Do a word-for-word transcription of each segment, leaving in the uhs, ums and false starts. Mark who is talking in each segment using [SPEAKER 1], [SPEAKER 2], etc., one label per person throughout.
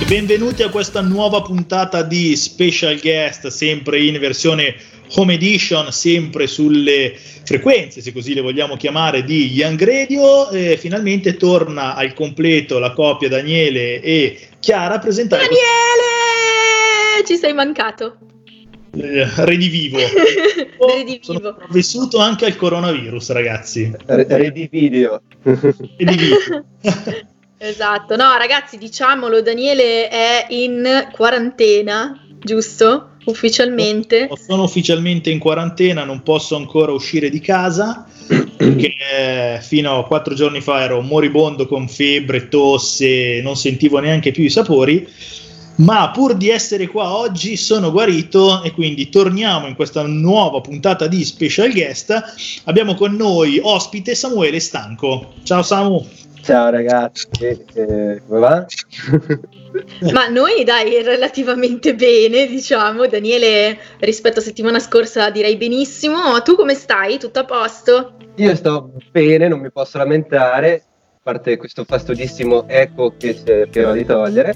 [SPEAKER 1] benvenuti a questa nuova puntata di Special Guest, sempre in versione Home Edition, sempre sulle frequenze, se così le vogliamo chiamare, di Young Radio. E finalmente torna al completo la coppia Daniele e Chiara a presentare.
[SPEAKER 2] Daniele! Ci sei mancato.
[SPEAKER 1] Eh, redivivo. Oh,
[SPEAKER 2] Redivivo.
[SPEAKER 1] Sono sopravvissuto anche al coronavirus, ragazzi.
[SPEAKER 3] Redivideo.
[SPEAKER 1] Redivivo.
[SPEAKER 2] Esatto. No, ragazzi, diciamolo, Daniele è in quarantena, giusto? Ufficialmente.
[SPEAKER 1] Sono ufficialmente in quarantena, non posso ancora uscire di casa perché eh, fino a quattro giorni fa ero moribondo con febbre, tosse, non sentivo neanche più i sapori, ma pur di essere qua oggi sono guarito e quindi torniamo in questa nuova puntata di Special Guest. Abbiamo con noi ospite Samuele Stanco. Ciao Samu.
[SPEAKER 3] Ciao ragazzi, eh, come va?
[SPEAKER 2] Ma noi dai, relativamente bene, diciamo. Daniele rispetto a settimana scorsa direi benissimo. Tu come stai? Tutto a posto?
[SPEAKER 3] Io sto bene, non mi posso lamentare, a parte questo fastidiosissimo eco che spero di togliere.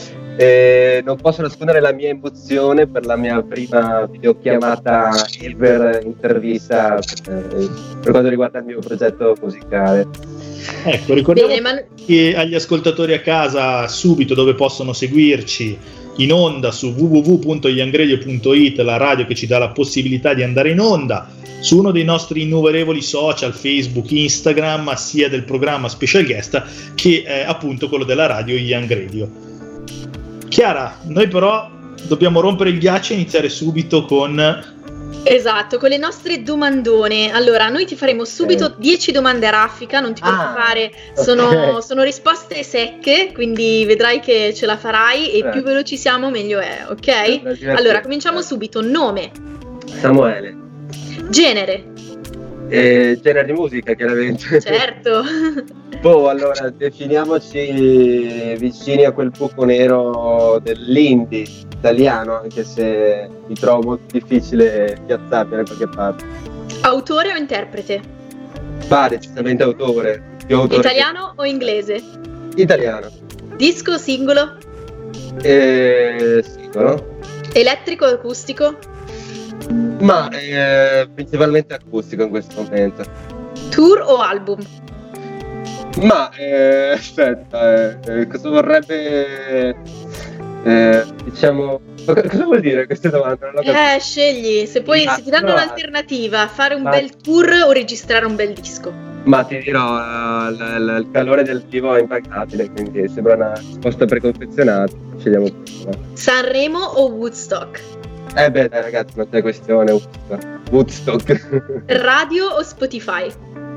[SPEAKER 3] E non posso nascondere la mia emozione per la mia prima videochiamata ever intervista per, per quanto riguarda il mio progetto musicale.
[SPEAKER 1] Ecco, ricordiamo
[SPEAKER 2] Bene, ma...
[SPEAKER 1] che agli ascoltatori a casa subito dove possono seguirci in onda su w w w punto young radio punto i t, la radio che ci dà la possibilità di andare in onda, su uno dei nostri innumerevoli social, Facebook, Instagram, sia del programma Special Guest che è appunto quello della radio Young Radio. Chiara, noi però dobbiamo rompere il ghiaccio e iniziare subito con...
[SPEAKER 2] Esatto, con le nostre domandone. Allora, noi ti faremo subito
[SPEAKER 3] okay.
[SPEAKER 2] dieci domande a raffica, non ti preoccupare,
[SPEAKER 3] ah,
[SPEAKER 2] sono,
[SPEAKER 3] okay.
[SPEAKER 2] sono risposte secche, quindi vedrai che ce la farai e
[SPEAKER 3] eh.
[SPEAKER 2] più veloci siamo meglio è, ok?
[SPEAKER 3] Eh,
[SPEAKER 2] allora, cominciamo subito. Nome.
[SPEAKER 3] Samuele.
[SPEAKER 2] Genere.
[SPEAKER 3] Eh, genere di musica, chiaramente.
[SPEAKER 2] Certo.
[SPEAKER 3] Boh, allora, definiamoci vicini a quel buco nero dell'indie italiano, anche se mi trovo molto difficile piazzarmi da qualche parte.
[SPEAKER 2] Autore o interprete?
[SPEAKER 3] Va, decisamente autore. Più autore
[SPEAKER 2] Italiano
[SPEAKER 3] che...
[SPEAKER 2] o inglese?
[SPEAKER 3] Italiano.
[SPEAKER 2] Disco o singolo?
[SPEAKER 3] Eh, singolo.
[SPEAKER 2] Elettrico o acustico?
[SPEAKER 3] Ma eh, principalmente acustico in questo momento.
[SPEAKER 2] Tour o album?
[SPEAKER 3] Ma eh, aspetta, eh, cosa vorrebbe, eh, diciamo, cosa vuol dire queste domande? Non l'ho capito.
[SPEAKER 2] Eh, scegli, se poi
[SPEAKER 3] Ah,
[SPEAKER 2] se ti danno
[SPEAKER 3] no.
[SPEAKER 2] un'alternativa, fare un
[SPEAKER 3] Ma-
[SPEAKER 2] bel tour o registrare un bel disco.
[SPEAKER 3] Ma ti dirò, eh, l- l- il calore del vivo è impaccabile, quindi sembra una risposta preconfezionata. Scegliamo prima.
[SPEAKER 2] Sanremo o Woodstock?
[SPEAKER 3] Eh beh, dai ragazzi, non c'è questione. Woodstock. Woodstock.
[SPEAKER 2] Radio o Spotify?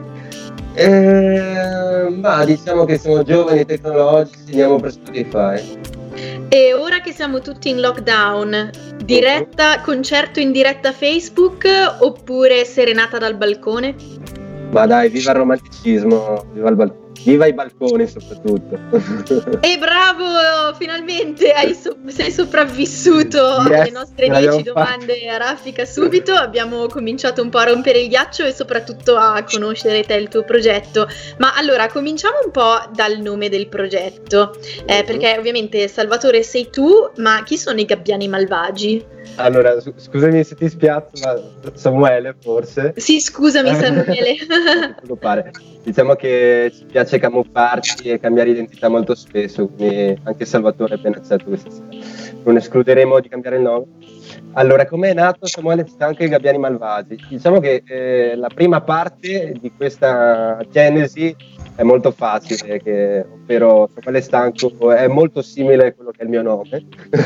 [SPEAKER 3] eh, ma diciamo che siamo giovani tecnologici, andiamo per Spotify.
[SPEAKER 2] E ora che siamo tutti in lockdown, diretta, concerto in diretta Facebook oppure serenata dal balcone?
[SPEAKER 3] Ma dai, viva il romanticismo, viva il balcone. Viva i balconi soprattutto.
[SPEAKER 2] E bravo, finalmente hai so- sei sopravvissuto
[SPEAKER 3] Yes,
[SPEAKER 2] alle nostre
[SPEAKER 3] ce l'abbiamo
[SPEAKER 2] dieci domande a raffica subito. Abbiamo cominciato un po' a rompere il ghiaccio e soprattutto a conoscere te e il tuo progetto. Ma allora cominciamo un po' dal nome del progetto, eh, perché ovviamente Salvatore sei tu, ma chi sono i Gabbiani Malvagi?
[SPEAKER 3] Allora, s- scusami se ti spiazzo, ma Samuele forse.
[SPEAKER 2] Sì, scusami Samuele.
[SPEAKER 3] Non pare. Diciamo che ci piace camuffarci e cambiare identità molto spesso, quindi anche Salvatore è ben accetto questa sera. Non escluderemo di cambiare il nome. Allora, come è nato Samuele Stanco e i Gabbiani Malvagi? Diciamo che eh, la prima parte di questa genesi è molto facile, che, ovvero Samuele Stanco è molto simile a quello che è il mio nome.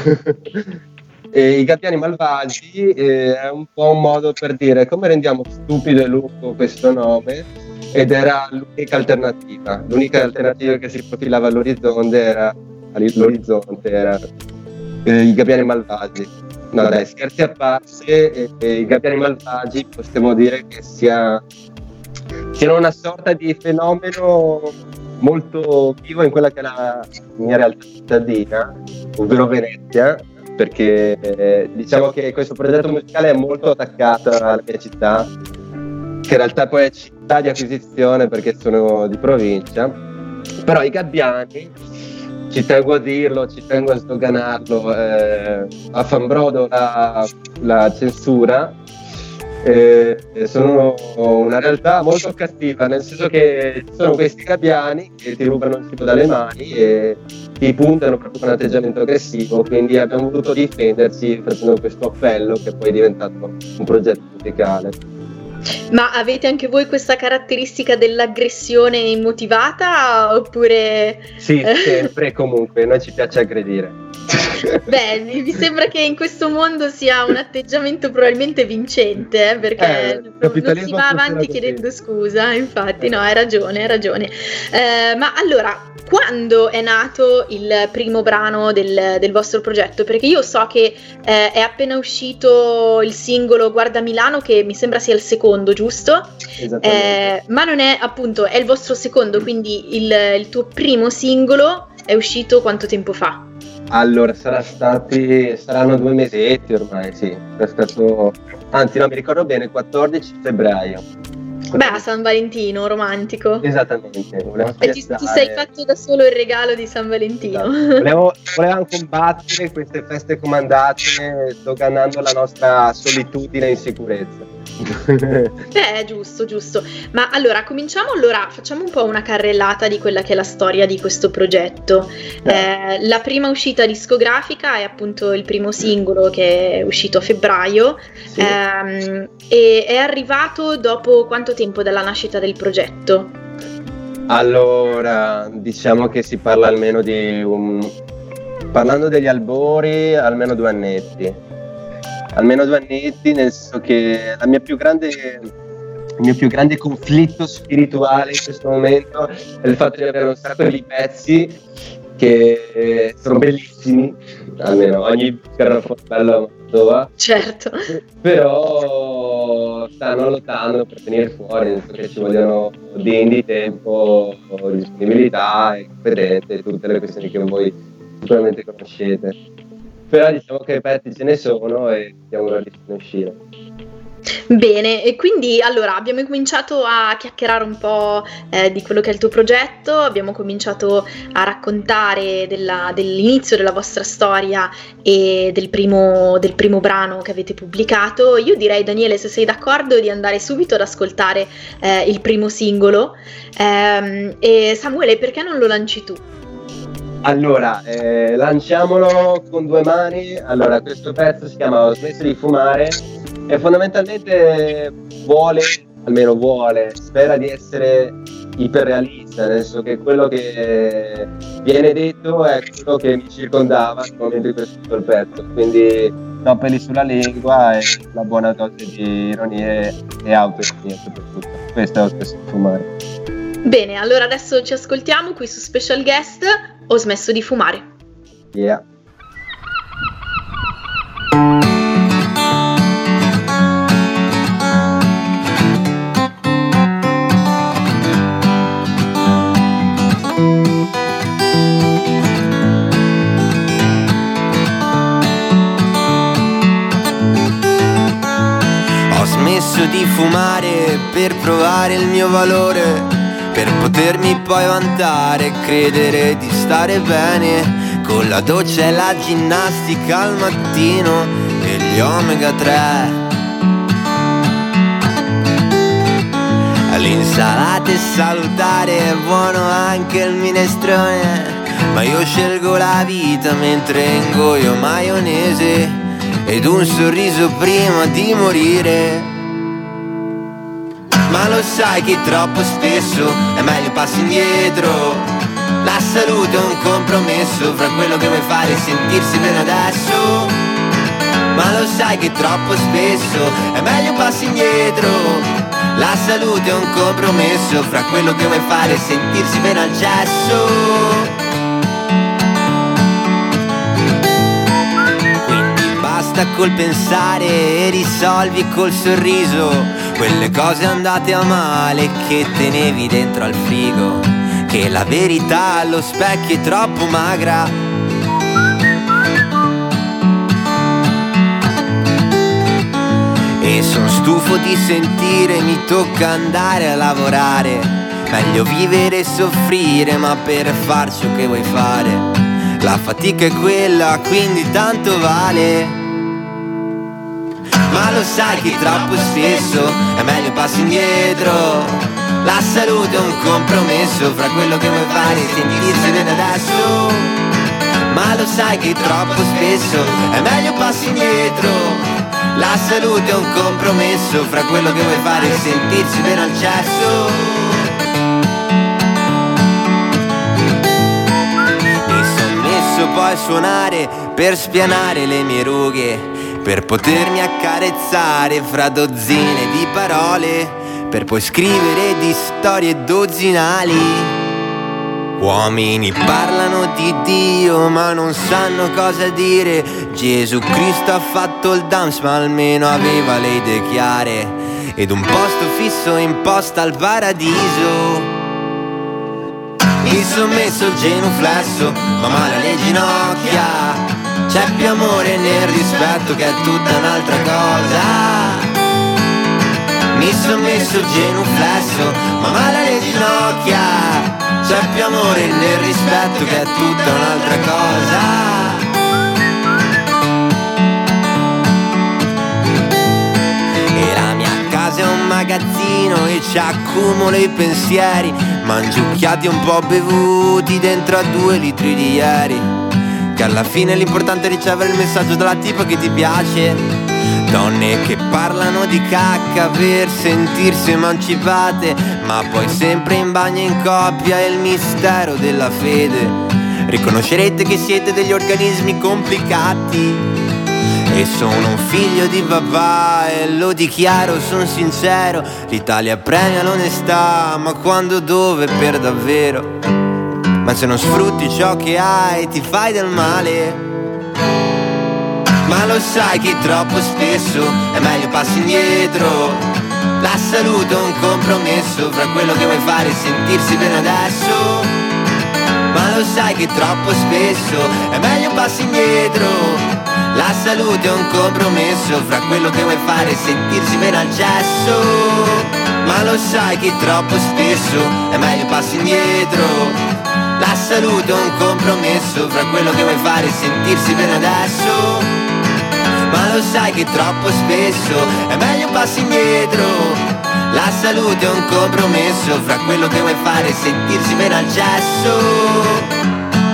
[SPEAKER 3] E i Gabbiani Malvagi eh, è un po' un modo per dire come rendiamo stupido e lungo questo nome, ed era l'unica alternativa. L'unica alternativa che si profilava all'orizzonte era, all'orizzonte era eh, i Gabbiani Malvagi. No dai, scherzi a parte, eh, eh, i Gabbiani Malvagi possiamo dire che sia siano una sorta di fenomeno molto vivo in quella che è la mia realtà cittadina, ovvero Venezia, perché eh, diciamo che questo progetto musicale è molto attaccato alla mia città, che in realtà poi è città di acquisizione perché sono di provincia. Però i Gabbiani ci tengo a dirlo, ci tengo a sdoganarlo, eh, a fanbrodo la, la censura. Eh, sono una realtà molto cattiva, nel senso che ci sono questi gabbiani che ti rubano il cibo dalle mani e ti puntano proprio con un atteggiamento aggressivo, quindi abbiamo voluto difenderci facendo questo appello che poi è diventato un progetto musicale.
[SPEAKER 2] Ma avete anche voi questa caratteristica dell'aggressione immotivata oppure...
[SPEAKER 3] Sì, sempre e comunque, noi ci piace aggredire.
[SPEAKER 2] Beh, mi sembra che in questo mondo sia un atteggiamento probabilmente vincente, eh, perché
[SPEAKER 3] eh,
[SPEAKER 2] non si va avanti chiedendo scusa, infatti, no, hai ragione, hai ragione. Eh, ma allora, quando è nato il primo brano del, del vostro progetto? Perché io so che eh, è appena uscito il singolo Guarda Milano, che mi sembra sia il secondo, giusto? Eh, ma non è, appunto, è il vostro secondo, quindi il, il tuo primo singolo è uscito quanto tempo fa?
[SPEAKER 3] Allora, sarà stati, saranno due mesetti ormai, sì. È stato, anzi, no, mi ricordo bene, quattordici febbraio.
[SPEAKER 2] Beh, a San Valentino, romantico.
[SPEAKER 3] Esattamente.
[SPEAKER 2] E ti, ti sei fatto da solo il regalo di San Valentino.
[SPEAKER 3] Esatto. Volevo, volevamo combattere queste feste comandate sdoganando la nostra solitudine e insicurezza.
[SPEAKER 2] Beh, giusto, giusto. Ma allora, cominciamo allora, facciamo un po' una carrellata di quella che è la storia di questo progetto. Eh, la prima uscita discografica è appunto il primo singolo che è uscito a febbraio, sì. ehm, e è arrivato dopo quanto tempo dalla nascita del progetto?
[SPEAKER 3] Allora, diciamo che si parla almeno di un... parlando degli albori, almeno due annetti. Almeno due annetti, nel senso che la mia più grande, il mio più grande conflitto spirituale in questo momento è il fatto di avere un sacco di pezzi che sono bellissimi, almeno ogni graffo bello va.
[SPEAKER 2] Certo.
[SPEAKER 3] Però stanno lottando per venire fuori, nel senso che ci vogliono dindi, tempo, disponibilità e competenze, tutte le questioni che voi sicuramente conoscete. Però diciamo che i pezzi ce ne sono e stiamo riuscendo a uscire.
[SPEAKER 2] Bene, e quindi allora abbiamo cominciato a chiacchierare un po' eh, di quello che è il tuo progetto, abbiamo cominciato a raccontare della, dell'inizio della vostra storia e del primo, del primo brano che avete pubblicato. Io direi, Daniele, se sei d'accordo, di andare subito ad ascoltare eh, il primo singolo. Ehm, e Samuele, perché non lo lanci tu?
[SPEAKER 3] Allora, eh, lanciamolo con due mani. Allora, questo pezzo si chiama Ho smesso di fumare e fondamentalmente vuole, almeno vuole, spera di essere iperrealista, nel senso che quello che viene detto è quello che mi circondava nel momento in cui ho scritto il pezzo, quindi no peli sulla lingua e la buona dose di ironie e autoironia soprattutto. Questo è Ho smesso di fumare.
[SPEAKER 2] Bene, allora adesso ci ascoltiamo qui su Special Guest, Ho smesso di fumare.
[SPEAKER 3] Yeah.
[SPEAKER 4] Ho smesso di fumare per provare il mio valore, per potermi poi vantare e credere di stare bene, con la doccia e la ginnastica al mattino e gli omega tre. L'insalata è salutare, è buono anche il minestrone, ma io scelgo la vita mentre ingoio maionese ed un sorriso prima di morire. Ma lo sai che troppo spesso è meglio passi indietro. La salute è un compromesso fra quello che vuoi fare e sentirsi bene adesso. Ma lo sai che troppo spesso è meglio passi indietro. La salute è un compromesso fra quello che vuoi fare e sentirsi bene al cesso. Quindi basta col pensare e risolvi col sorriso quelle cose andate a male che tenevi dentro al frigo, che la verità allo specchio è troppo magra. E son stufo di sentire mi tocca andare a lavorare, meglio vivere e soffrire ma per far ciò che vuoi fare. la fatica è quella, quindi tanto vale. Ma lo sai che troppo spesso è meglio passi indietro. La salute è un compromesso fra quello che vuoi fare e sentirsi bene adesso. Ma lo sai che troppo spesso è meglio passi indietro. La salute è un compromesso fra quello che vuoi fare e sentirsi bene al cesso. Mi son messo poi a suonare per spianare le mie rughe, per potermi accarezzare fra dozzine di parole, per poi scrivere di storie dozzinali. Uomini parlano di Dio ma non sanno cosa dire. Gesù Cristo ha fatto il dance ma almeno aveva le idee chiare, ed un posto fisso in posta al paradiso. Mi son messo il genuflesso ma male alle ginocchia. C'è più amore nel rispetto che è tutta un'altra cosa. Mi son messo il genuflesso ma male alle ginocchia. C'è più amore nel rispetto che è tutta un'altra cosa. E la mia casa è un magazzino e ci accumulo i pensieri, mangiucchiati un po' bevuti dentro a due litri di ieri. Che alla fine l'importante è ricevere il messaggio dalla tipa che ti piace. Donne che parlano di cacca per sentirsi emancipate, ma poi sempre in bagno in coppia è il mistero della fede. Riconoscerete che siete degli organismi complicati. E sono un figlio di papà e lo dichiaro, son sincero. L'Italia premia l'onestà, ma quando, dove, per davvero. Ma se non sfrutti ciò che hai ti fai del male. Ma lo sai che troppo spesso è meglio passi indietro. La salute è un compromesso fra quello che vuoi fare e sentirsi bene adesso. Ma lo sai che troppo spesso è meglio passi indietro. La salute è un compromesso fra quello che vuoi fare e sentirsi bene al cesso. Ma lo sai che troppo spesso è meglio passi indietro. La salute è un compromesso fra quello che vuoi fare e sentirsi bene adesso. Ma lo sai che troppo spesso è meglio passi indietro. La salute è un compromesso fra quello che vuoi fare e sentirsi bene al cesso.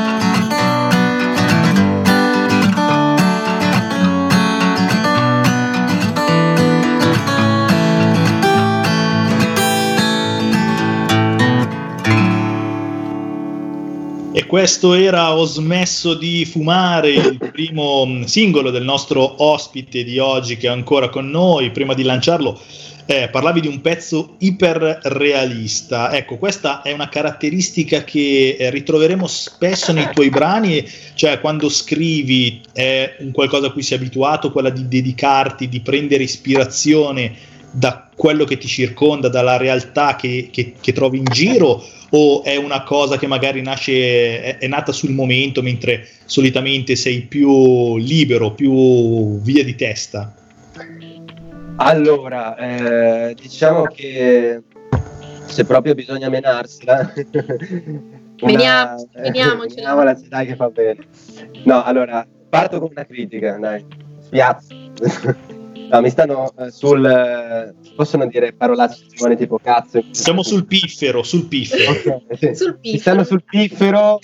[SPEAKER 1] E questo era Ho smesso di fumare, il primo singolo del nostro ospite di oggi che è ancora con noi. Prima di lanciarlo eh, parlavi di un pezzo iperrealista. Ecco, questa è una caratteristica che eh, ritroveremo spesso nei tuoi brani, cioè quando scrivi è un qualcosa a cui sei abituato, quella di dedicarti, di prendere ispirazione da quello che ti circonda, dalla realtà che, che, che trovi in giro, o è una cosa che magari nasce, è, è nata sul momento mentre solitamente sei più libero, più via di testa?
[SPEAKER 3] Allora, eh, diciamo che se proprio bisogna menarsela,
[SPEAKER 2] Veniamo, veniamocela.
[SPEAKER 3] Veniamola, dai che fa bene. No, allora, parto con una critica, dai, spiazzo. No, mi stanno eh, sul eh, possono dire parolacce tipo cazzo.
[SPEAKER 1] Siamo sul piffero, sul piffero.
[SPEAKER 3] Okay, sì.
[SPEAKER 2] Sul piffero.
[SPEAKER 3] Mi stanno sul piffero.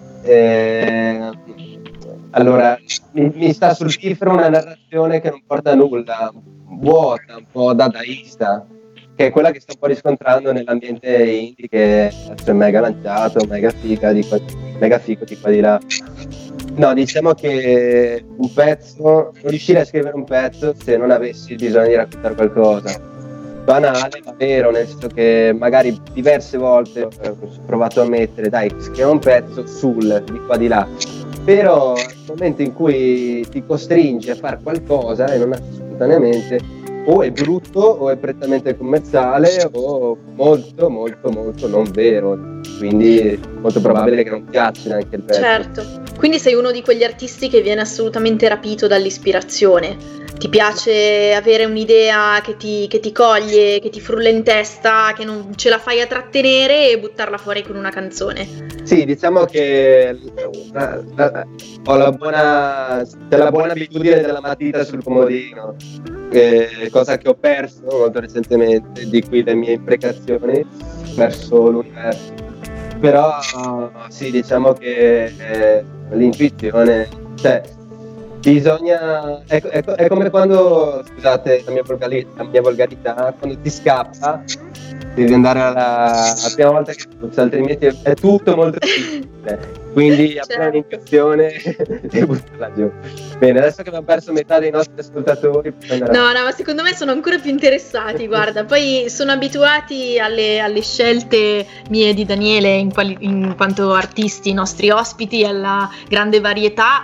[SPEAKER 3] Eh, allora, mi, mi sta sul piffero una narrazione che non porta a nulla, vuota, un po' dadaista, che è quella che sto un po' riscontrando nell'ambiente indie, che è mega lanciato, mega figa di qua, mega figo di qua di là. No, diciamo che un pezzo, non riuscirei a scrivere un pezzo se non avessi bisogno di raccontare qualcosa. Banale, ma vero, nel senso che magari diverse volte ho provato a mettere, dai, scriviamo un pezzo sul, di qua di là. Però nel momento in cui ti costringi a fare qualcosa e non nasce spontaneamente, o è brutto o è prettamente commerciale o molto molto molto non vero, quindi è molto probabile che non piaccia neanche il pezzo.
[SPEAKER 2] Certo, quindi sei uno di quegli artisti che viene assolutamente rapito dall'ispirazione, ti piace avere un'idea che ti, che ti coglie, che ti frulla in testa, che non ce la fai a trattenere e buttarla fuori con una canzone.
[SPEAKER 3] Sì, diciamo che la, la, ho la buona, c'è la buona abitudine della matita sul comodino, eh, cosa che ho perso molto recentemente, di qui le mie imprecazioni verso l'universo. Però sì, diciamo che eh, l'intuizione, cioè bisogna, è, è, è come quando, scusate la mia, volgari, la mia volgarità, quando ti scappa devi andare alla, la prima volta che puoi, altrimenti è tutto molto difficile. Quindi appena un'intuizione devi buttarla giù. Bene, adesso che abbiamo perso metà dei nostri ascoltatori,
[SPEAKER 2] no, no, ma secondo me sono ancora più interessati, guarda, poi sono abituati alle, alle scelte mie di Daniele in, quali, in quanto artisti, i nostri ospiti, alla grande varietà.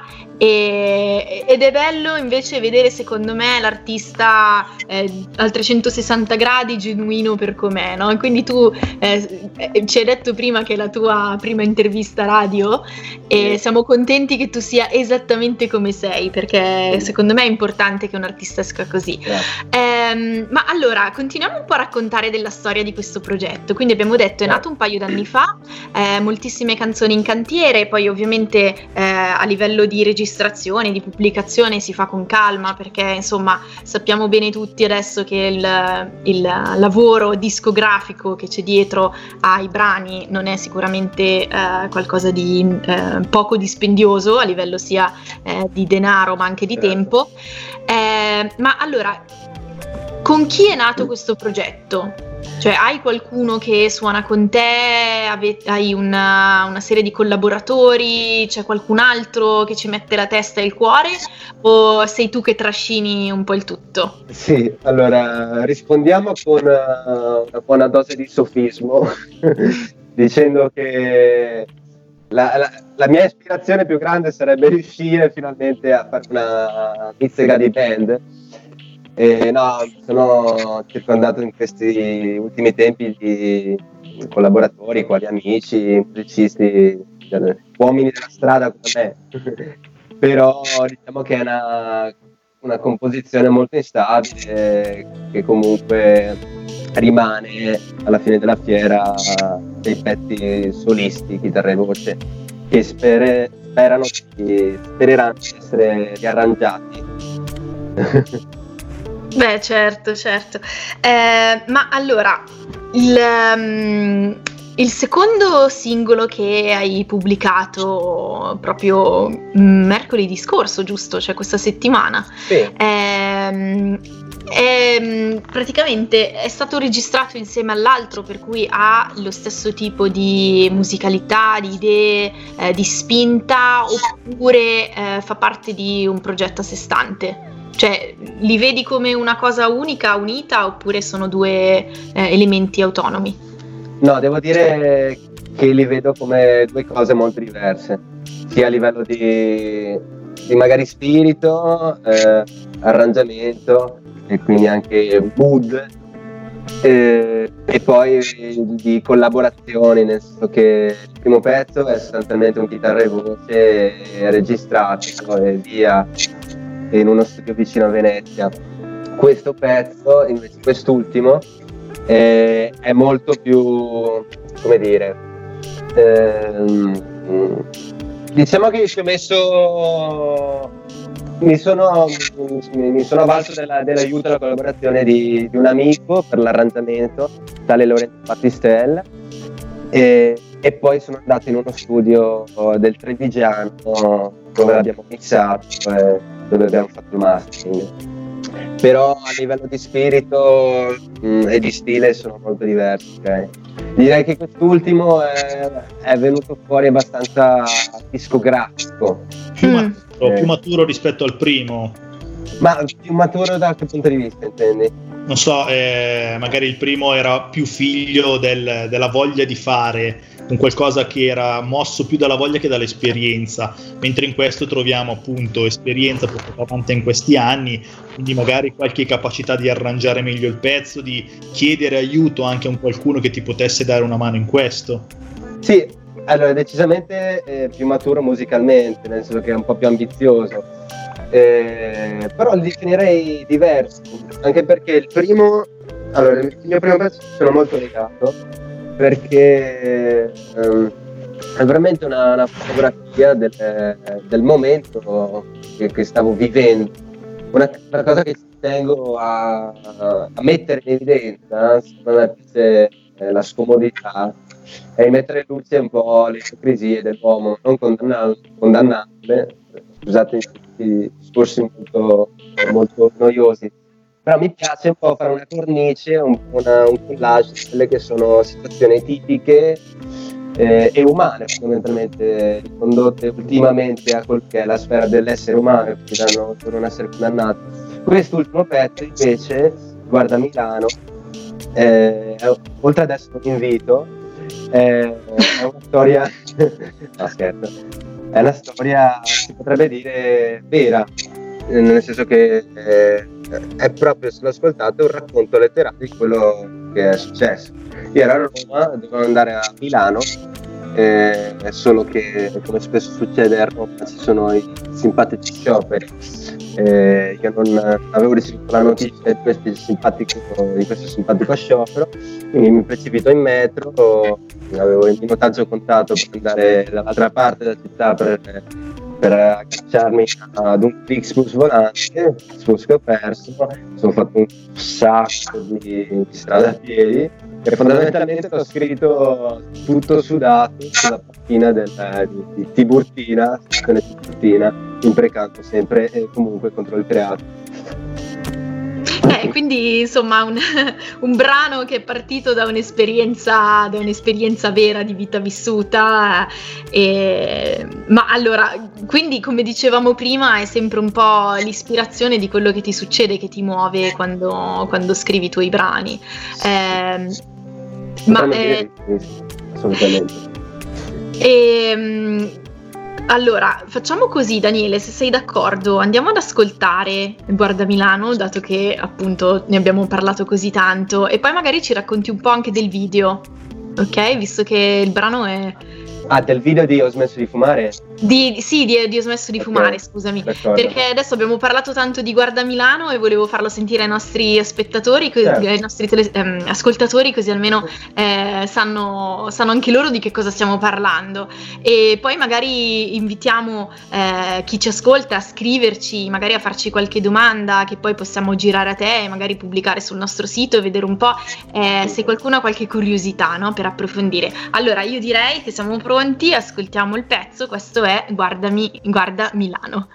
[SPEAKER 2] E, ed è bello invece vedere, secondo me, l'artista eh, al trecentosessanta gradi genuino per com'è, no? Quindi tu eh, ci hai detto prima che è la tua prima intervista radio e siamo contenti che tu sia esattamente come sei, perché secondo me è importante che un artista esca così. Eh, ma allora continuiamo un po' a raccontare della storia di questo progetto. Quindi abbiamo detto è nato un paio d'anni fa, eh, moltissime canzoni in cantiere, poi ovviamente eh, a livello di registrazione, di pubblicazione si fa con calma, perché insomma sappiamo bene tutti adesso che il, il lavoro discografico che c'è dietro ai brani non è sicuramente eh, qualcosa di eh, poco dispendioso a livello sia eh, di denaro ma anche di tempo. Eh, ma allora, con chi è nato questo progetto? Cioè, hai qualcuno che suona con te? Ave- hai una, una serie di collaboratori? C'è qualcun altro che ci mette la testa e il cuore? O sei tu che trascini un po' il tutto?
[SPEAKER 3] Sì, allora rispondiamo con una, una buona dose di sofismo dicendo che la, la, la mia ispirazione più grande sarebbe riuscire finalmente a fare una pizzega di band. Eh, no, sono circondato in questi ultimi tempi di collaboratori, quali amici, musicisti, uomini della strada come me. Però diciamo che è una, una composizione molto instabile che comunque rimane alla fine della fiera dei pezzi solisti, chitarra e voce, che spere, sperano, spereranno di essere riarrangiati.
[SPEAKER 2] Beh, certo, certo. Eh, ma allora, il, um, il secondo singolo che hai pubblicato proprio mercoledì scorso, giusto? Cioè questa settimana.
[SPEAKER 3] Sì.
[SPEAKER 2] Ehm, è, praticamente è stato registrato insieme all'altro, per cui ha lo stesso tipo di musicalità, di idee, eh, di spinta, oppure eh, fa parte di un progetto a sé stante? Cioè, li vedi come una cosa unica, unita, oppure sono due eh, elementi autonomi?
[SPEAKER 3] No, devo dire che li vedo come due cose molto diverse, sia a livello di, di magari spirito, eh, arrangiamento e quindi anche mood, eh, e poi di collaborazioni, nel senso che il primo pezzo è sostanzialmente un chitarra e voce registrato e via in uno studio vicino a Venezia. Questo pezzo, invece quest'ultimo, è, è molto più, come dire, ehm, diciamo che ci ho messo, mi sono, mi sono avvalso della, dell'aiuto e della collaborazione di, di un amico per l'arrangiamento, tale Lorenzo Battistella, e, e poi sono andato in uno studio del Trevigiano dove l'abbiamo mixato e dove abbiamo fatto il mastering. Però a livello di spirito mh, e di stile sono molto diversi, okay? Direi che quest'ultimo è, è venuto fuori abbastanza discografico,
[SPEAKER 1] più, mm. maturo, più maturo rispetto al primo.
[SPEAKER 3] Ma più maturo da che punto di vista, intendi?
[SPEAKER 1] Non so, eh, magari il primo era più figlio del, della voglia di fare un qualcosa che era mosso più dalla voglia che dall'esperienza, mentre in questo troviamo appunto esperienza portata avanti in questi anni, quindi magari qualche capacità di arrangiare meglio il pezzo, di chiedere aiuto anche a un qualcuno che ti potesse dare una mano in questo.
[SPEAKER 3] Sì, allora decisamente eh, più maturo musicalmente, nel senso che è un po' più ambizioso. eh, però li definirei diversi, anche perché il primo, allora il mio primo pezzo sono molto legato, perché ehm, è veramente una, una fotografia del, del momento che, che stavo vivendo, una, una cosa che ci tengo a, a mettere in evidenza, secondo me, se, eh, la scomodità e mettere in luce un po' le ipocrisie dell'uomo, non condannandole, scusate i discorsi molto, molto noiosi, però mi piace un po' fare una cornice, un, una, un collage di quelle che sono situazioni tipiche eh, e umane, fondamentalmente condotte ultimamente a quel che è la sfera dell'essere umano, che danno per non essere condannati. Quest'ultimo pezzo invece, Guarda Milano, eh, oltre ad essere un invito, eh, è una storia no scherzo, è una storia, si potrebbe dire, vera, nel senso che eh, è proprio, se l'ho ascoltato, un racconto letterario di quello che è successo. Io ero a Roma, dovevo andare a Milano, eh, solo che, come spesso succede a Roma, ci sono i simpatici scioperi. Eh, io non avevo ricevuto la notizia di questo simpatico, di questo simpatico sciopero, quindi mi precipito in metro, avevo il minutaggio contato per andare dall'altra parte della città per, per agganciarmi ad un Flixbus volante, Flixbus che ho perso, sono fatto un sacco di, di strada a piedi e fondamentalmente ho scritto tutto sudato sulla panchina del, di, di Tiburtina, stazione Tiburtina, imprecando sempre e comunque contro il creato.
[SPEAKER 2] Eh, quindi insomma un, un brano che è partito da un'esperienza, da un'esperienza vera di vita vissuta, e, ma allora, quindi come dicevamo prima è sempre un po' l'ispirazione di quello che ti succede che ti muove quando, quando scrivi i tuoi brani. Eh, ma eh,
[SPEAKER 3] assolutamente.
[SPEAKER 2] E, allora, facciamo così, Daniele, se sei d'accordo, andiamo ad ascoltare Guarda Milano, dato che appunto ne abbiamo parlato così tanto, e poi magari ci racconti un po' anche del video, ok? Visto che il brano è...
[SPEAKER 3] Ah, del video di Ho smesso di fumare?
[SPEAKER 2] Di, sì, di, di Ho smesso di okay. fumare, scusami.
[SPEAKER 3] D'accordo.
[SPEAKER 2] Perché adesso abbiamo parlato tanto di Guarda Milano e volevo farlo sentire ai nostri spettatori, co-
[SPEAKER 3] certo.
[SPEAKER 2] ai nostri tele- ehm, ascoltatori, così almeno eh, sanno, sanno anche loro di che cosa stiamo parlando. E poi magari invitiamo eh, chi ci ascolta a scriverci, magari a farci qualche domanda che poi possiamo girare a te e magari pubblicare sul nostro sito e vedere un po' eh, se qualcuno ha qualche curiosità, no? Per approfondire. Allora io direi che siamo pronti, ascoltiamo il pezzo, questo è Guardami, Guarda Milano.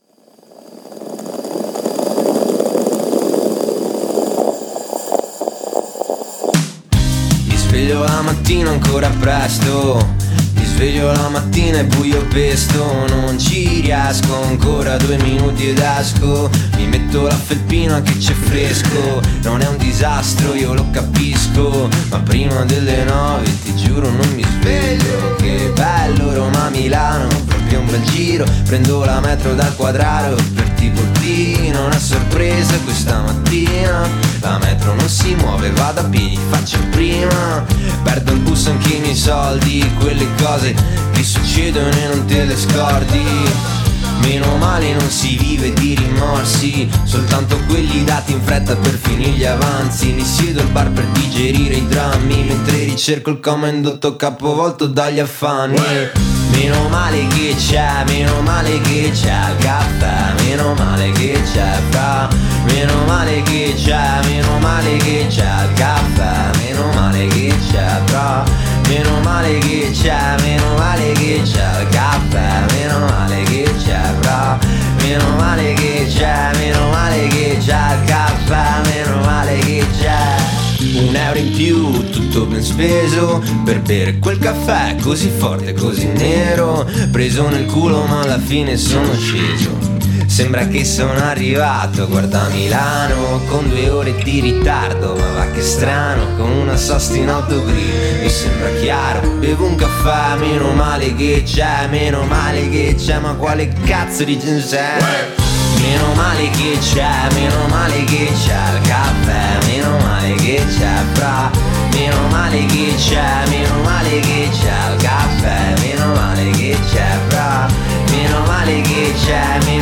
[SPEAKER 4] Mi sveglio la mattina ancora presto, mi sveglio la mattina e buio pesto, non ci riesco ancora due minuti ed esco, mi metto la felpina che c'è fresco, non è un disastro io lo capisco, ma prima delle nove ti giuro non mi sveglio, che bello Roma-Milano, proprio un bel giro, prendo la metro dal Quadraro per Tiburtina, una sorpresa questa mattina, la metro non si muove, vado a piedi, faccio prima, perdo il bus anche i miei soldi, quelle cose che succedono e non te le scordi. Meno male non si vive di rimorsi, soltanto quelli dati in fretta per finire gli avanzi. Mi siedo al bar per digerire i drammi, mentre ricerco il commento capovolto dagli affanni. Meno male che c'è, meno male che c'è il caffè, meno male che c'è fra, meno male che c'è, meno male che c'è il caffè, meno male che c'è fra, meno male che c'è, meno male che c'è il caffè, meno male che c'è fra, meno male che c'è, meno male che c'è il caffè, meno male che c'è. Un euro in più, tutto ben speso, per bere quel caffè così forte, così nero, preso nel culo ma alla fine sono sceso. Sembra che sono arrivato, guarda Milano, con due ore di ritardo, ma va che strano, con una sosta in autogrill, mi sembra chiaro, bevo un caffè, meno male che c'è, meno male che c'è, ma quale cazzo di gente c'è? Meno male che c'è, meno male che c'è il caffè, meno male che c'è fra, meno male che c'è, meno male che c'è il caffè, meno male che c'è fra, meno male che c'è, meno male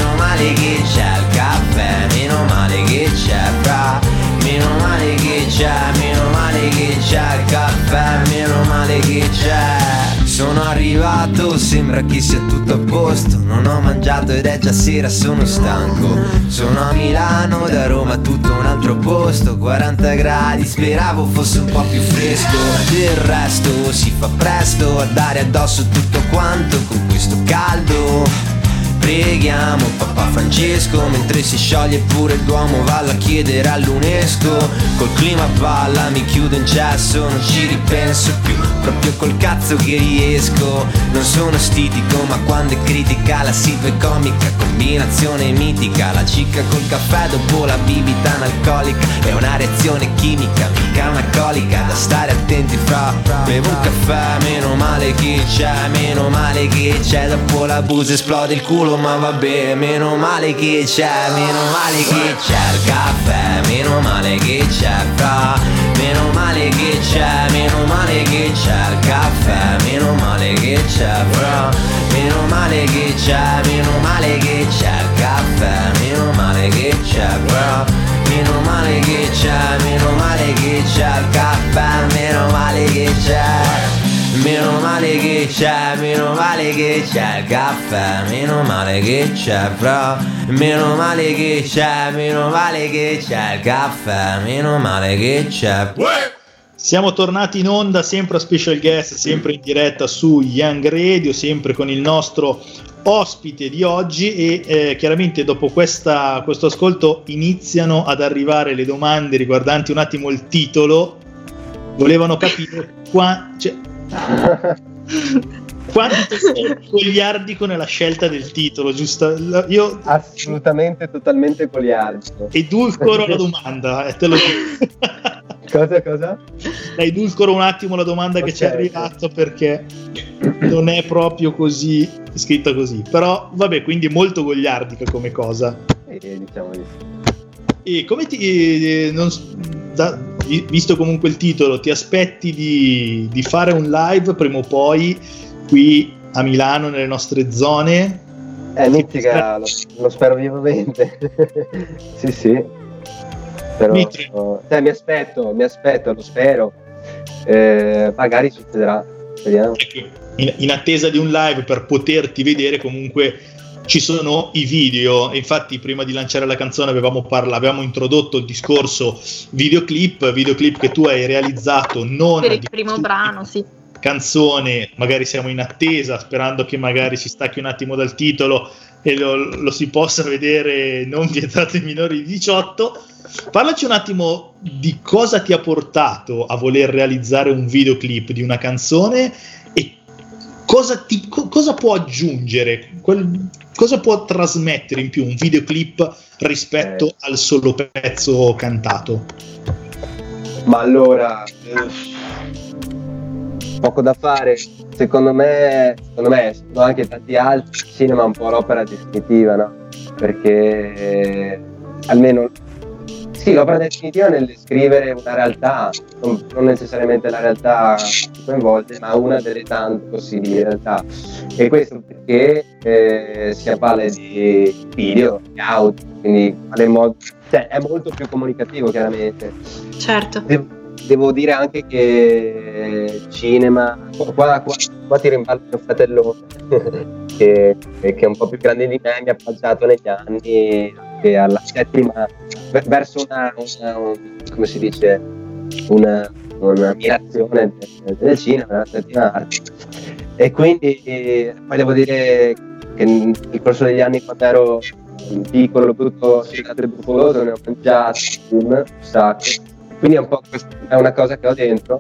[SPEAKER 4] male che c'è il caffè, meno male che c'è fra, meno male che c'è, meno male che c'è il caffè, meno male che c'è. Sono arrivato, sembra che sia tutto a posto, non ho mangiato ed è già sera, sono stanco. Sono a Milano, da Roma tutto un altro posto, quaranta gradi, speravo fosse un po' più fresco. Del resto si fa presto a dare addosso tutto quanto con questo caldo. Preghiamo Papa Francesco mentre si scioglie pure il Duomo, vallo a chiedere all'UNESCO. Col clima a palla mi chiudo in cesso, non ci ripenso più, proprio col cazzo che riesco. Non sono stitico ma quando è critica la silva è comica, combinazione mitica. La cicca col caffè dopo la bibita analcolica è una reazione chimica, mica una colica, da stare attenti fra. Bevo un caffè, meno male che c'è, meno male che c'è. Dopo l'abuso esplode il culo, ma vabbè, meno male che c'è, meno male che c'è il caffè, meno male che c'è fra, meno male che c'è, meno male che c'è il caffè, meno male che c'è fra, meno male che c'è, meno male che c'è il caffè, meno male che c'è fra, meno male che c'è, meno male che c'è il caffè, meno male che c'è. Meno male che c'è, meno male che c'è il caffè, meno male che c'è fra, meno male che c'è, meno male che c'è il caffè, meno male che c'è.
[SPEAKER 1] Siamo tornati in onda, sempre a special guest, sempre in diretta su Young Radio, sempre con il nostro ospite di oggi e eh, chiaramente dopo questa, questo ascolto iniziano ad arrivare le domande riguardanti un attimo il titolo. Volevano capire qua... Cioè, quanto sei goliardico nella scelta del titolo, giusto? Io
[SPEAKER 3] assolutamente totalmente goliardico.
[SPEAKER 1] Edulcoro la domanda, eh, te lo dico.
[SPEAKER 3] Cosa, cosa?
[SPEAKER 1] La edulcoro un attimo la domanda okay, che ci è arrivata perché non è proprio così scritta così, però vabbè, quindi molto goliardica come cosa.
[SPEAKER 3] Eh, diciamo di
[SPEAKER 1] sì. E come ti eh, non, da, visto comunque il titolo, ti aspetti di, di fare un live prima o poi qui a Milano, nelle nostre zone?
[SPEAKER 3] Eh, Mizzica, lo, lo spero vivamente. Sì, sì. Però, cioè, mi aspetto, mi aspetto, lo spero. Eh, magari succederà. Vediamo.
[SPEAKER 1] In, in attesa di un live per poterti vedere, comunque ci sono i video. Infatti prima di lanciare la canzone avevamo, parla, avevamo introdotto il discorso videoclip, videoclip che tu hai realizzato non
[SPEAKER 2] per il primo brano, sì.
[SPEAKER 1] Canzone, magari siamo in attesa sperando che magari si stacchi un attimo dal titolo e lo, lo si possa vedere, non vietato ai minori di diciotto. Parlaci un attimo di cosa ti ha portato a voler realizzare un videoclip di una canzone e cosa, ti, co, cosa può aggiungere, quel, cosa può trasmettere in più un videoclip rispetto eh. al solo pezzo cantato.
[SPEAKER 3] Ma allora eh, poco da fare, secondo me, secondo me, secondo anche tanti altri, il cinema è un po' l'opera definitiva, no? Perché eh, almeno sì, l'opera definitiva nel descrivere una realtà, non, non necessariamente la realtà che coinvolge, ma una delle tante possibili realtà. E questo perché eh, si avvale di video, di audio, quindi modo, cioè, è molto più comunicativo chiaramente.
[SPEAKER 2] Certo.
[SPEAKER 3] Devo, devo dire anche che cinema, qua, qua, qua ti rimbalzo mio fratello che, che è un po' più grande di me, mi ha appoggiato negli anni che alla settima verso una, una un, come si dice una, un'ammirazione del, del cinema, della settima arte, e quindi eh, poi devo dire che nel corso degli anni, quando ero piccolo, brutto, sfigato e brufoloso, ne ho mangiato un sacco, quindi è un po' è una cosa che ho dentro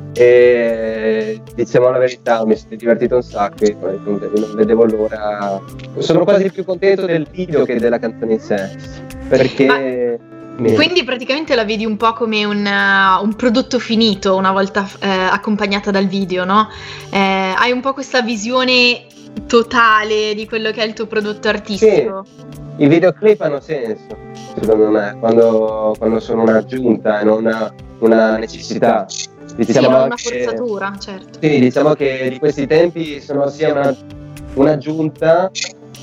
[SPEAKER 3] e diciamo la verità, mi sono divertito un sacco e non, non vedevo l'ora. Sono quasi più contento del video che della canzone in sé, perché
[SPEAKER 2] ma, quindi praticamente la vedi un po' come un, uh, un prodotto finito una volta eh, accompagnata dal video, no? Eh, hai un po' questa visione totale di quello che è il tuo prodotto artistico.
[SPEAKER 3] Sì, i videoclip hanno senso secondo me quando, quando sono un'aggiunta e non una, una necessità.
[SPEAKER 2] Diciamo sì, non una forzatura, certo.
[SPEAKER 3] Sì, diciamo che di questi tempi sono sia una, un'aggiunta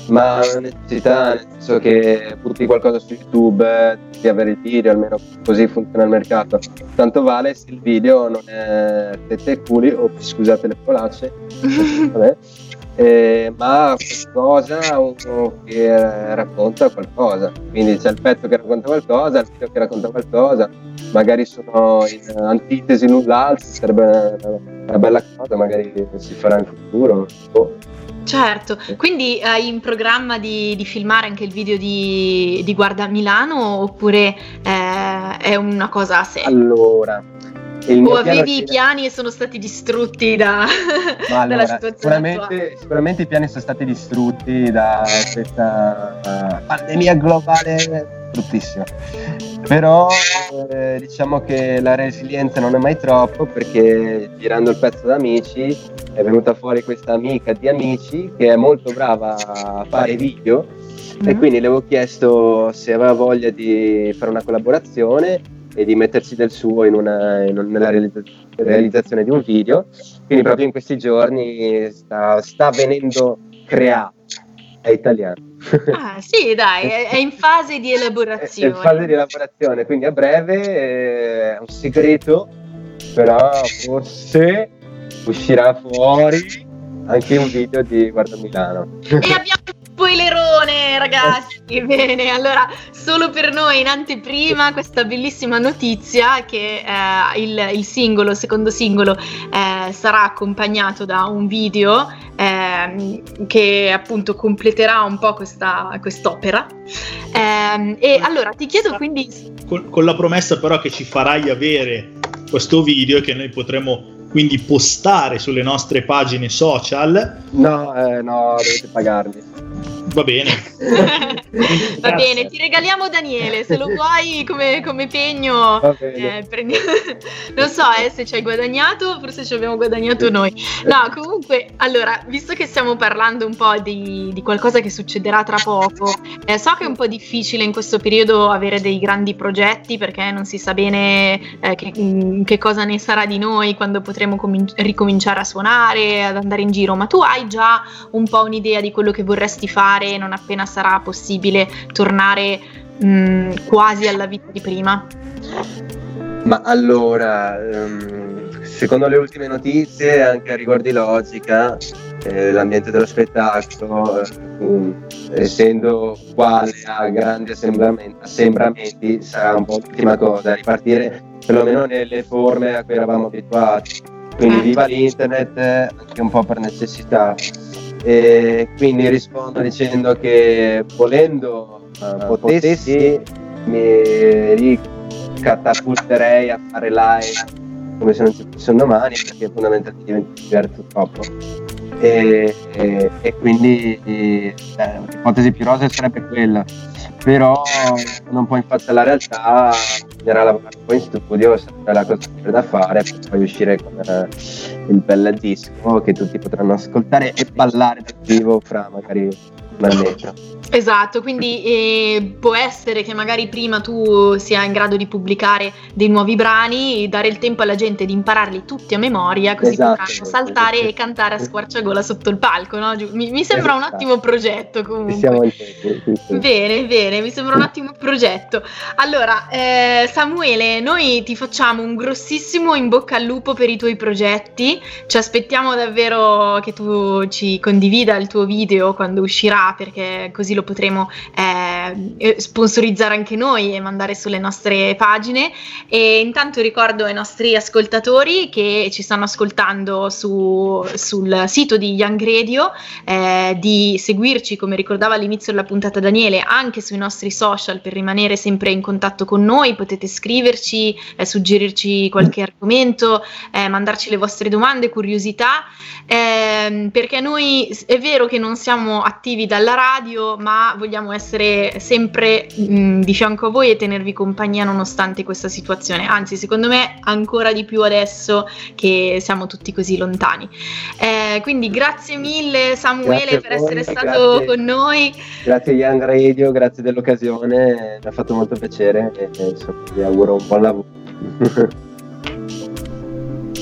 [SPEAKER 3] ma una necessità, nel senso che butti qualcosa su YouTube, di avere il video, almeno così funziona il mercato. Tanto vale se il video non è tette e culi, o scusate le polacce, vabbè, eh, ma qualcosa uno che racconta qualcosa. Quindi c'è il pezzo che racconta qualcosa, il video che racconta qualcosa, magari sono in antitesi l'un l'altro, sarebbe una, una bella cosa, magari si farà in futuro. Oh.
[SPEAKER 2] Certo, quindi hai in programma di, di filmare anche il video di, di Guarda Milano, oppure eh, è una cosa a sé?
[SPEAKER 3] Allora, il mio
[SPEAKER 2] o avevi
[SPEAKER 3] è...
[SPEAKER 2] i piani e sono stati distrutti da,
[SPEAKER 3] allora,
[SPEAKER 2] dalla situazione
[SPEAKER 3] sicuramente,
[SPEAKER 2] attuale?
[SPEAKER 3] Sicuramente i piani sono stati distrutti da questa uh, pandemia globale bruttissima. Però eh, diciamo che la resilienza non è mai troppo, perché girando il pezzo da Amici è venuta fuori questa amica di Amici che è molto brava a fare video, mm-hmm. e quindi le avevo chiesto se aveva voglia di fare una collaborazione e di mettersi del suo in una, in una, nella realizza- realizzazione di un video. Quindi proprio in questi giorni sta, sta venendo creato, è italiano.
[SPEAKER 2] Ah sì, dai, è, è in fase di elaborazione.
[SPEAKER 3] È in fase di elaborazione, quindi a breve eh, è un segreto, però forse uscirà fuori anche un video di Guarda Milano.
[SPEAKER 2] E abbiamo un spoilerone, ragazzi. Bene, allora solo per noi in anteprima questa bellissima notizia che eh, il, il singolo, il secondo singolo eh, sarà accompagnato da un video eh, che appunto completerà un po' questa quest'opera. Eh, e allora ti chiedo quindi
[SPEAKER 1] con, con la promessa però che ci farai avere questo video e che noi potremo quindi postare sulle nostre pagine social.
[SPEAKER 3] No, eh, no, dovete pagarmi.
[SPEAKER 1] Va bene.
[SPEAKER 2] Va bene, ti regaliamo Daniele, se lo vuoi come, come pegno. Eh, prendi... non so eh, se ci hai guadagnato, forse ci abbiamo guadagnato noi. No, comunque, allora, visto che stiamo parlando un po' di, di qualcosa che succederà tra poco, eh, so che è un po' difficile in questo periodo avere dei grandi progetti, perché non si sa bene eh, che, che cosa ne sarà di noi quando potremo comin- ricominciare a suonare, ad andare in giro, ma tu hai già un po' un'idea di quello che vorresti fare non appena sarà possibile tornare mh, quasi alla vita di prima?
[SPEAKER 3] Ma allora, um, secondo le ultime notizie, anche a riguardo di Logica, eh, l'ambiente dello spettacolo, um, essendo uguale a grandi assembramenti, assembramenti, sarà un po' l'ultima cosa, ripartire perlomeno nelle forme a cui eravamo abituati. Quindi viva l'internet, anche un po' per necessità. E quindi rispondo dicendo che volendo uh, potessi mi ricatapulterei a fare live come se non ci fosse un domani, perché fondamentalmente mi diverto troppo e, e, e quindi eh, l'ipotesi più rosa sarebbe quella, però non può in faccia alla realtà, bisognerà lavorare un po' in studio, sarebbe la cosa che c'è da fare per poi uscire con eh, il bel disco che tutti potranno ascoltare e ballare dal vivo fra magari un annetto.
[SPEAKER 2] Esatto, quindi eh, può essere che magari prima tu sia in grado di pubblicare dei nuovi brani, dare il tempo alla gente di impararli tutti a memoria, così
[SPEAKER 3] esatto,
[SPEAKER 2] potranno saltare esatto. e cantare a squarciagola sotto il palco, no? Mi, mi sembra esatto. un ottimo progetto comunque.
[SPEAKER 3] Siamo in tempo, sì, sì.
[SPEAKER 2] Bene, bene, mi sembra un ottimo progetto. Allora, eh, Samuele, noi ti facciamo un grossissimo in bocca al lupo per i tuoi progetti, ci aspettiamo davvero che tu ci condivida il tuo video quando uscirà, perché così lo potremo eh, sponsorizzare anche noi e mandare sulle nostre pagine. E intanto ricordo ai nostri ascoltatori che ci stanno ascoltando su, sul sito di Young Radio eh, di seguirci, come ricordava all'inizio della puntata Daniele, anche sui nostri social per rimanere sempre in contatto con noi. Potete scriverci, eh, suggerirci qualche argomento, eh, mandarci le vostre domande, curiosità, eh, perché noi è vero che non siamo attivi dalla radio, ma vogliamo essere sempre mh, di fianco a voi e tenervi compagnia nonostante questa situazione, anzi secondo me ancora di più adesso che siamo tutti così lontani. Eh, quindi grazie mille Samuele grazie per essere stato grazie. con noi.
[SPEAKER 3] Grazie Young Radio, grazie dell'occasione, mi ha fatto molto piacere e, e insomma, vi auguro un buon lavoro.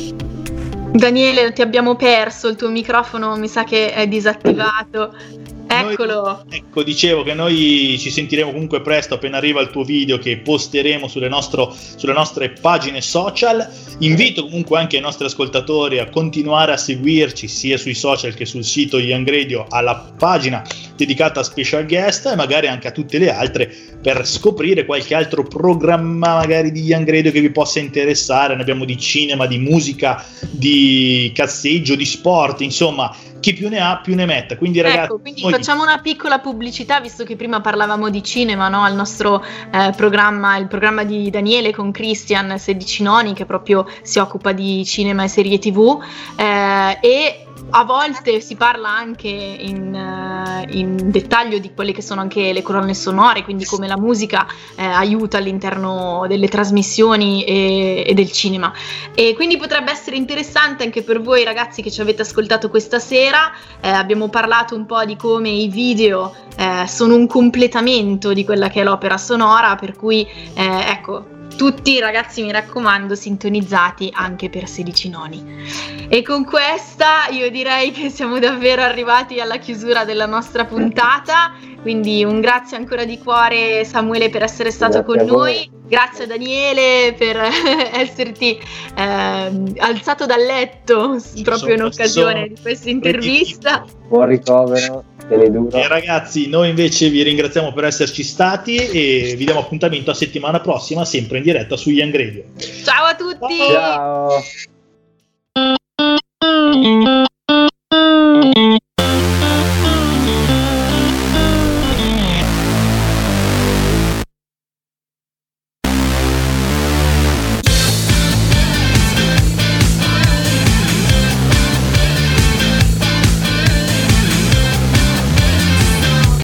[SPEAKER 2] Daniele, ti abbiamo perso, il tuo microfono mi sa che è disattivato. Eccolo.
[SPEAKER 1] Noi, ecco, dicevo che noi ci sentiremo comunque presto appena arriva il tuo video, che posteremo sulle, nostro, sulle nostre pagine social. Invito comunque anche i nostri ascoltatori a continuare a seguirci sia sui social che sul sito Young Radio, alla pagina dedicata a special guest, e magari anche a tutte le altre, per scoprire qualche altro programma magari di Young Radio che vi possa interessare. Ne abbiamo di cinema, di musica, di cazzeggio, di sport, insomma chi più ne ha più ne metta. Quindi ragazzi,
[SPEAKER 2] ecco, quindi noi... facciamo una piccola pubblicità, visto che prima parlavamo di cinema, no? Al nostro eh, programma, il programma di Daniele con Christian Sedicinoni, che proprio si occupa di cinema e serie tv, eh, e a volte si parla anche in, uh, in dettaglio di quelle che sono anche le colonne sonore, quindi come la musica eh, aiuta all'interno delle trasmissioni e, e del cinema. E quindi potrebbe essere interessante anche per voi ragazzi che ci avete ascoltato questa sera. Eh, abbiamo parlato un po' di come i video eh, sono un completamento di quella che è l'opera sonora, per cui eh, ecco, tutti ragazzi, mi raccomando, sintonizzati anche per Sedicinoni. E con questa io direi che siamo davvero arrivati alla chiusura della nostra puntata, quindi un grazie ancora di cuore Samuele per essere stato grazie con noi, grazie a Daniele per esserti eh, alzato dal letto sì, proprio in occasione di questa intervista.
[SPEAKER 3] Buon ricovero.
[SPEAKER 1] E ragazzi, noi invece vi ringraziamo per esserci stati e vi diamo appuntamento a settimana prossima, sempre in diretta su Young Radio.
[SPEAKER 2] Ciao a tutti.
[SPEAKER 3] Ciao.